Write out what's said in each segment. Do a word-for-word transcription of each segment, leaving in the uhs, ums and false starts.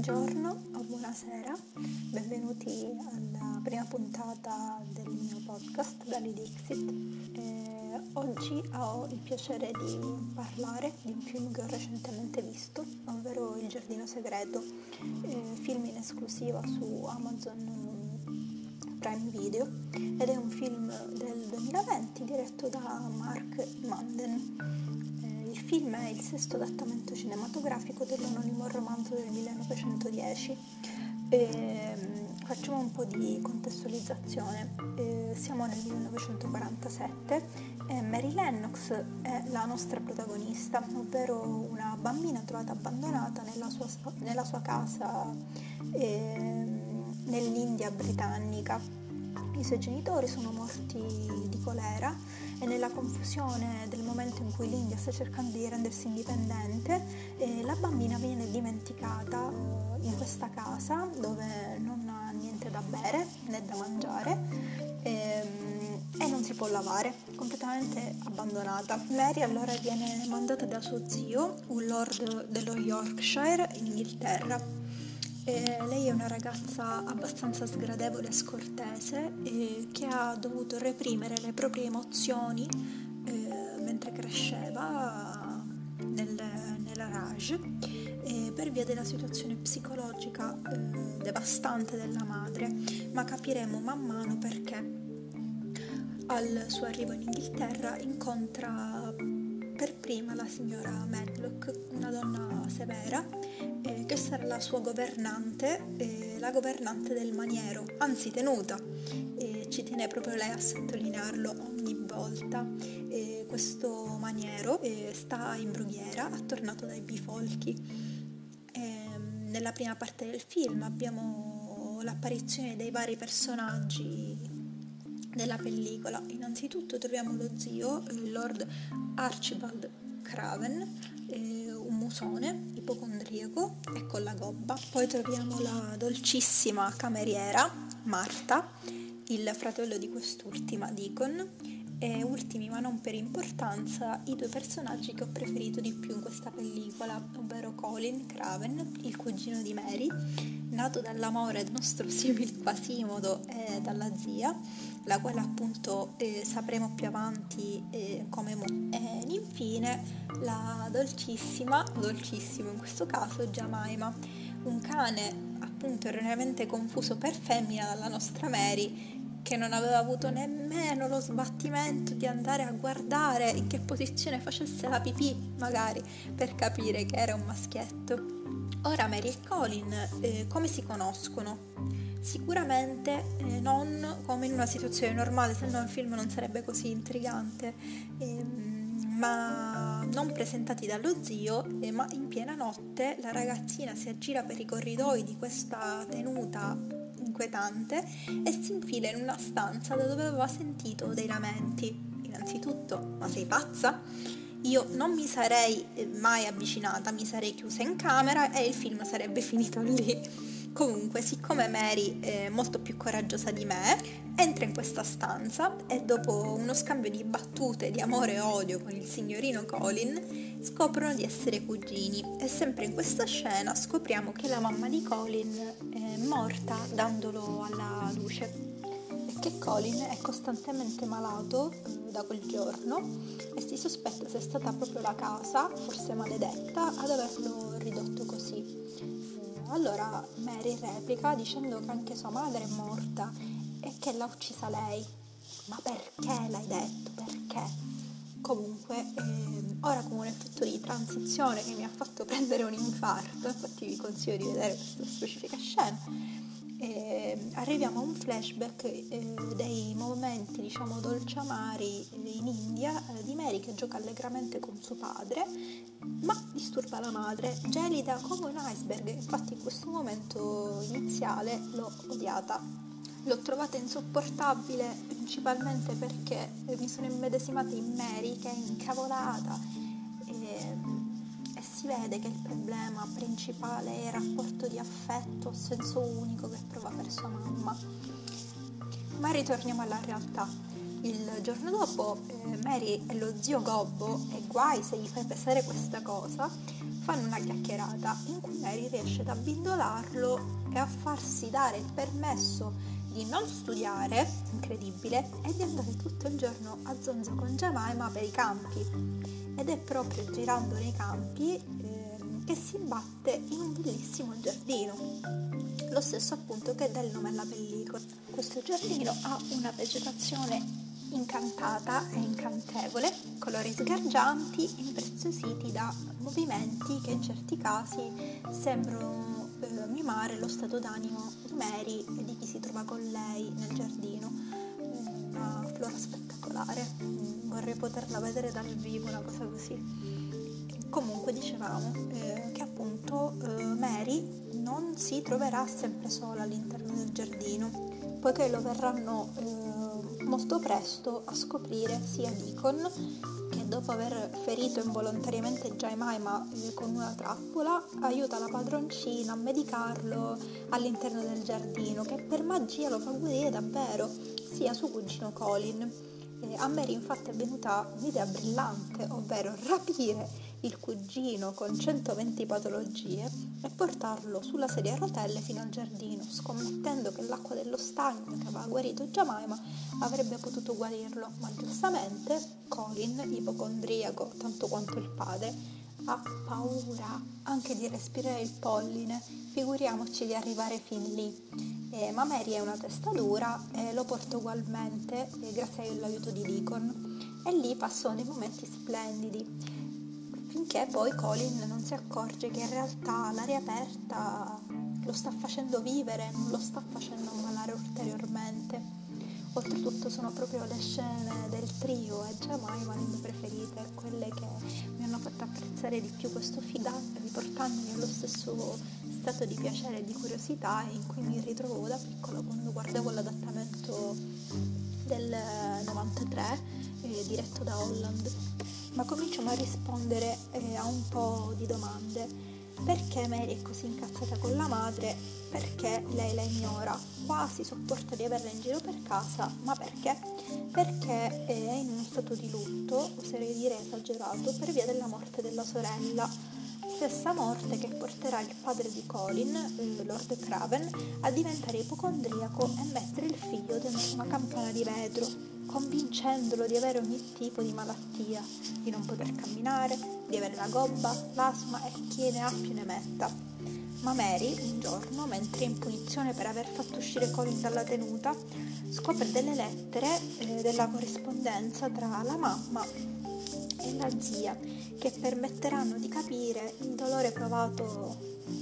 Buongiorno o buonasera, benvenuti alla prima puntata del mio podcast Dali Dixit. Eh, oggi ho il piacere di parlare di un film che ho recentemente visto, ovvero Il Giardino Segreto, eh, film in esclusiva su Amazon Prime Video, ed è un film del duemilaventi diretto da Mark Manden. Il film è il sesto adattamento cinematografico dell'omonimo romanzo del millenovecentodieci. E, facciamo un po' di contestualizzazione. E, siamo nel millenovecentoquarantasette e Mary Lennox è la nostra protagonista, ovvero una bambina trovata abbandonata nella sua, nella sua casa e, nell'India britannica. I suoi genitori sono morti di colera e nella confusione del momento in cui l'India sta cercando di rendersi indipendente, eh, la bambina viene dimenticata eh, in questa casa dove non ha niente da bere né da mangiare ehm, e non si può lavare, completamente abbandonata. Mary allora viene mandata da suo zio, un lord dello Yorkshire in Inghilterra. Eh, lei è una ragazza abbastanza sgradevole e scortese eh, che ha dovuto reprimere le proprie emozioni eh, mentre cresceva nel, nella Raj eh, per via della situazione psicologica eh, devastante della madre, ma capiremo man mano perché. Al suo arrivo in Inghilterra incontra per prima la signora Medlock, una donna severa, eh, che sarà la sua governante, eh, la governante del maniero, anzi tenuta, eh, ci tiene proprio lei a sottolinearlo ogni volta. Eh, questo maniero eh, sta in brughiera, attornato dai bifolchi. Eh, nella prima parte del film abbiamo l'apparizione dei vari personaggi della pellicola. Innanzitutto troviamo lo zio, il Lord Archibald Craven, eh, un musone ipocondriaco e con la gobba. Poi troviamo la dolcissima cameriera Marta, il fratello di quest'ultima Deacon, e ultimi ma non per importanza i due personaggi che ho preferito di più in questa pellicola, ovvero Colin Craven, il cugino di Mary, nato dall'amore del nostro simile Quasimodo e dalla zia, la quale appunto eh, sapremo più avanti eh, come mo. E infine la dolcissima, o dolcissimo in questo caso, Jemima, un cane appunto erroneamente confuso per femmina dalla nostra Mary, che non aveva avuto nemmeno lo sbattimento di andare a guardare in che posizione facesse la pipì, magari, per capire che era un maschietto. Ora Mary e Colin eh, come si conoscono? Sicuramente eh, non come in una situazione normale, se no il film non sarebbe così intrigante, eh, ma non presentati dallo zio, eh, ma in piena notte la ragazzina si aggira per i corridoi di questa tenuta inquietante e si infila in una stanza da dove aveva sentito dei lamenti. Innanzitutto, ma sei pazza? Io non mi sarei mai avvicinata, mi sarei chiusa in camera e il film sarebbe finito lì. Comunque, siccome Mary è molto più coraggiosa di me, entra in questa stanza e dopo uno scambio di battute di amore e odio con il signorino Colin scoprono di essere cugini, e sempre in questa scena scopriamo che la mamma di Colin è morta dandolo alla luce e che Colin è costantemente malato eh, da quel giorno e si sospetta sia stata proprio la casa, forse maledetta, ad averlo ridotto così. Allora Mary replica dicendo che anche sua madre è morta e che l'ha uccisa lei. Ma perché l'hai detto? Perché? Comunque, eh, ora come un effetto di transizione che mi ha fatto prendere un infarto, infatti vi consiglio di vedere questa specifica scena, eh, arriviamo a un flashback eh, dei momenti, diciamo, dolciamari in India, eh, di Mary che gioca allegramente con suo padre, ma disturba la madre, gelida come un iceberg. Infatti in questo momento iniziale l'ho odiata, l'ho trovata insopportabile, principalmente perché mi sono immedesimata in Mary che è incavolata e, e si vede che il problema principale è il rapporto di affetto, senso unico che prova per sua mamma. Ma ritorniamo alla realtà. Il giorno dopo eh, Mary e lo zio Gobbo, e guai se gli fai pesare questa cosa, fanno una chiacchierata in cui Mary riesce ad abbindolarlo e a farsi dare il permesso di non studiare, incredibile, e di andare tutto il giorno a zonzo con Jemima per i campi. Ed è proprio girando nei campi eh, che si imbatte in un bellissimo giardino, lo stesso appunto che dà il nome alla pellicola. Questo giardino ha una vegetazione incantata e incantevole, colori sgargianti, impreziositi da movimenti che in certi casi sembrano eh, mimare lo stato d'animo di Mary e di chi si trova con lei nel giardino. Una flora spettacolare, vorrei poterla vedere dal vivo, una cosa così. Comunque dicevamo eh, che appunto eh, Mary non si troverà sempre sola all'interno del giardino, poiché lo verranno eh, molto presto a scoprire sia Deacon, che dopo aver ferito involontariamente Jemima eh, con una trappola, aiuta la padroncina a medicarlo all'interno del giardino, che per magia lo fa guarire davvero, sia suo cugino Colin. Eh, a Mary infatti è venuta un'idea brillante, ovvero rapire il cugino con centoventi patologie e portarlo sulla sedia a rotelle fino al giardino, scommettendo che l'acqua dello stagno che aveva guarito Jemima avrebbe potuto guarirlo, ma giustamente Colin, ipocondriaco tanto quanto il padre, ha paura anche di respirare il polline, figuriamoci di arrivare fin lì. Eh, ma Mary è una testa dura e lo porta ugualmente eh, grazie all'aiuto di Deacon, e lì passano dei momenti splendidi, finché poi Colin non si accorge che in realtà l'aria aperta lo sta facendo vivere, non lo sta facendo ammalare ulteriormente. Oltretutto sono proprio le scene del trio e Jemima le mie preferite, quelle che mi hanno fatto apprezzare di più questo film, riportandomi allo stesso stato di piacere e di curiosità in cui mi ritrovavo da piccola quando guardavo l'adattamento del novantatré eh, diretto da Holland. Ma cominciamo a rispondere eh, a un po' di domande. Perché Mary è così incazzata con la madre? Perché lei la ignora? Quasi sopporta di averla in giro per casa, ma perché? Perché è in uno stato di lutto, oserei dire esagerato, per via della morte della sorella. Stessa morte che porterà il padre di Colin, eh, Lord Craven, a diventare ipocondriaco e mettere il figlio dentro una campana di vetro, convincendolo di avere ogni tipo di malattia, di non poter camminare, di avere la gobba, l'asma e chi ne ha più ne metta. Ma Mary, un giorno, mentre in punizione per aver fatto uscire Colin dalla tenuta, scopre delle lettere eh, della corrispondenza tra la mamma e la zia, che permetteranno di capire il dolore provato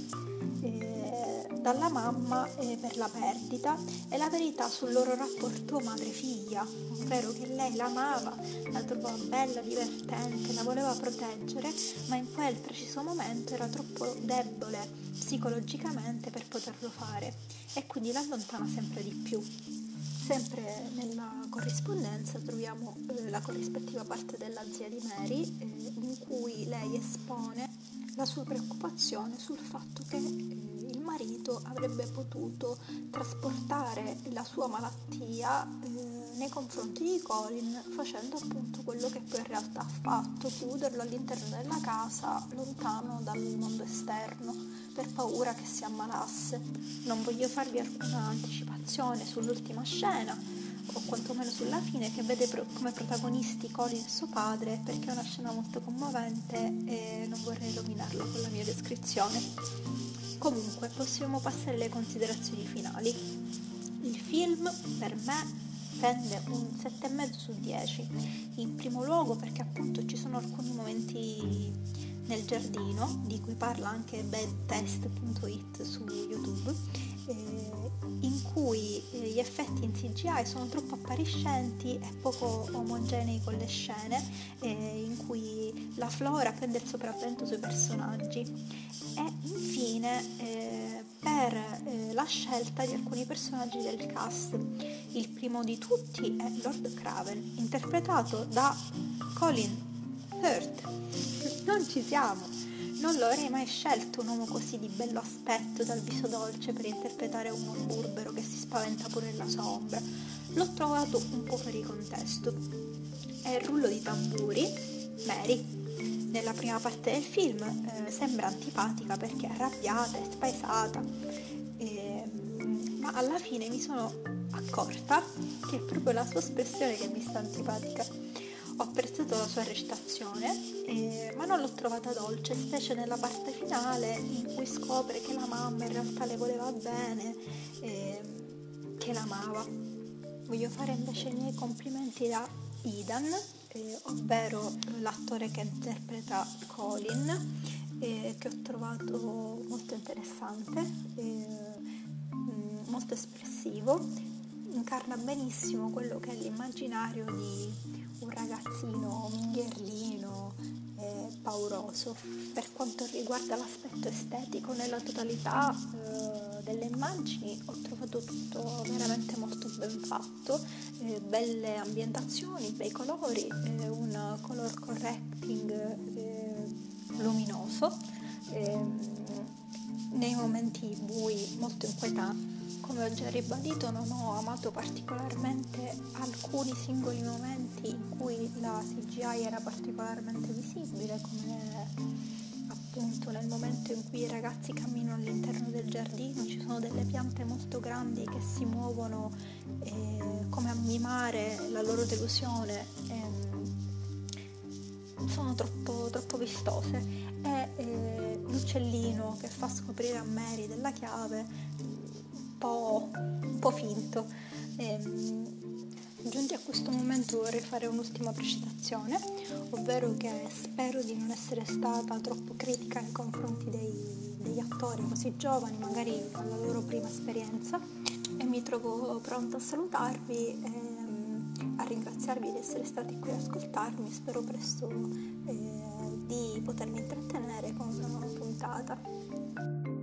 eh, dalla mamma eh, per la perdita e la verità sul loro rapporto madre-figlia, ovvero che lei la amava, la trovava bella, divertente, la voleva proteggere, ma in quel preciso momento era troppo debole psicologicamente per poterlo fare e quindi la allontana sempre di più. Sempre nella corrispondenza troviamo eh, la corrispettiva parte della zia di Mary eh, in cui lei espone la sua preoccupazione sul fatto che eh, il marito avrebbe potuto trasportare la sua malattia eh, nei confronti di Colin, facendo appunto quello che poi in realtà ha fatto, chiuderlo all'interno della casa lontano dal mondo esterno per paura che si ammalasse. Non voglio farvi alcuna anticipazione sull'ultima scena, o quantomeno sulla fine, che vede pro- come protagonisti Colin e suo padre, perché è una scena molto commovente e non vorrei rovinarla con la mia descrizione. Comunque possiamo passare alle considerazioni finali. Il film per me prende un sette virgola cinque su dieci, in primo luogo perché appunto ci sono alcuni momenti nel giardino, di cui parla anche bad test punto it su YouTube, eh, in cui eh, gli effetti in C G I sono troppo appariscenti e poco omogenei con le scene, eh, in cui la flora prende il sopravvento sui personaggi. E infine eh, per eh, la scelta di alcuni personaggi del cast. Il primo di tutti è Lord Craven, interpretato da Colin Firth. Non ci siamo, non lo avrei mai scelto un uomo così di bello aspetto, dal viso dolce, per interpretare uno burbero che si spaventa pure nella sua ombra. L'ho trovato un po' fuori contesto. E il rullo di tamburi, Mary, nella prima parte del film eh, sembra antipatica perché è arrabbiata, è spaesata, eh, ma alla fine mi sono accorta che è proprio la sua espressione che mi sta antipatica. Ho apprezzato la sua recitazione, eh, ma non l'ho trovata dolce, specie nella parte finale in cui scopre che la mamma in realtà le voleva bene, eh, che l'amava. Voglio fare invece i miei complimenti da Idan, eh, ovvero l'attore che interpreta Colin, eh, che ho trovato molto interessante, eh, molto espressivo, incarna benissimo quello che è l'immaginario di un ragazzino minghierlino e pauroso. Per quanto riguarda l'aspetto estetico, nella totalità eh, delle immagini ho trovato tutto veramente molto ben fatto, eh, belle ambientazioni, bei colori, eh, un color correcting eh, luminoso, eh, nei momenti bui molto inquietanti. Come ho già ribadito, non ho amato particolarmente alcuni singoli momenti in cui la C G I era particolarmente visibile, come appunto nel momento in cui i ragazzi camminano all'interno del giardino, ci sono delle piante molto grandi che si muovono eh, come a mimare la loro delusione, eh, sono troppo, troppo vistose, e eh, l'uccellino che fa scoprire a Mary della chiave Un po', un po' finto. Ehm, giunti a questo momento vorrei fare un'ultima precisazione, ovvero che spero di non essere stata troppo critica nei confronti dei, degli attori così giovani, magari alla loro prima esperienza, e mi trovo pronta a salutarvi, ehm, a ringraziarvi di essere stati qui ad ascoltarmi. Spero presto eh, di potermi intrattenere con una nuova puntata.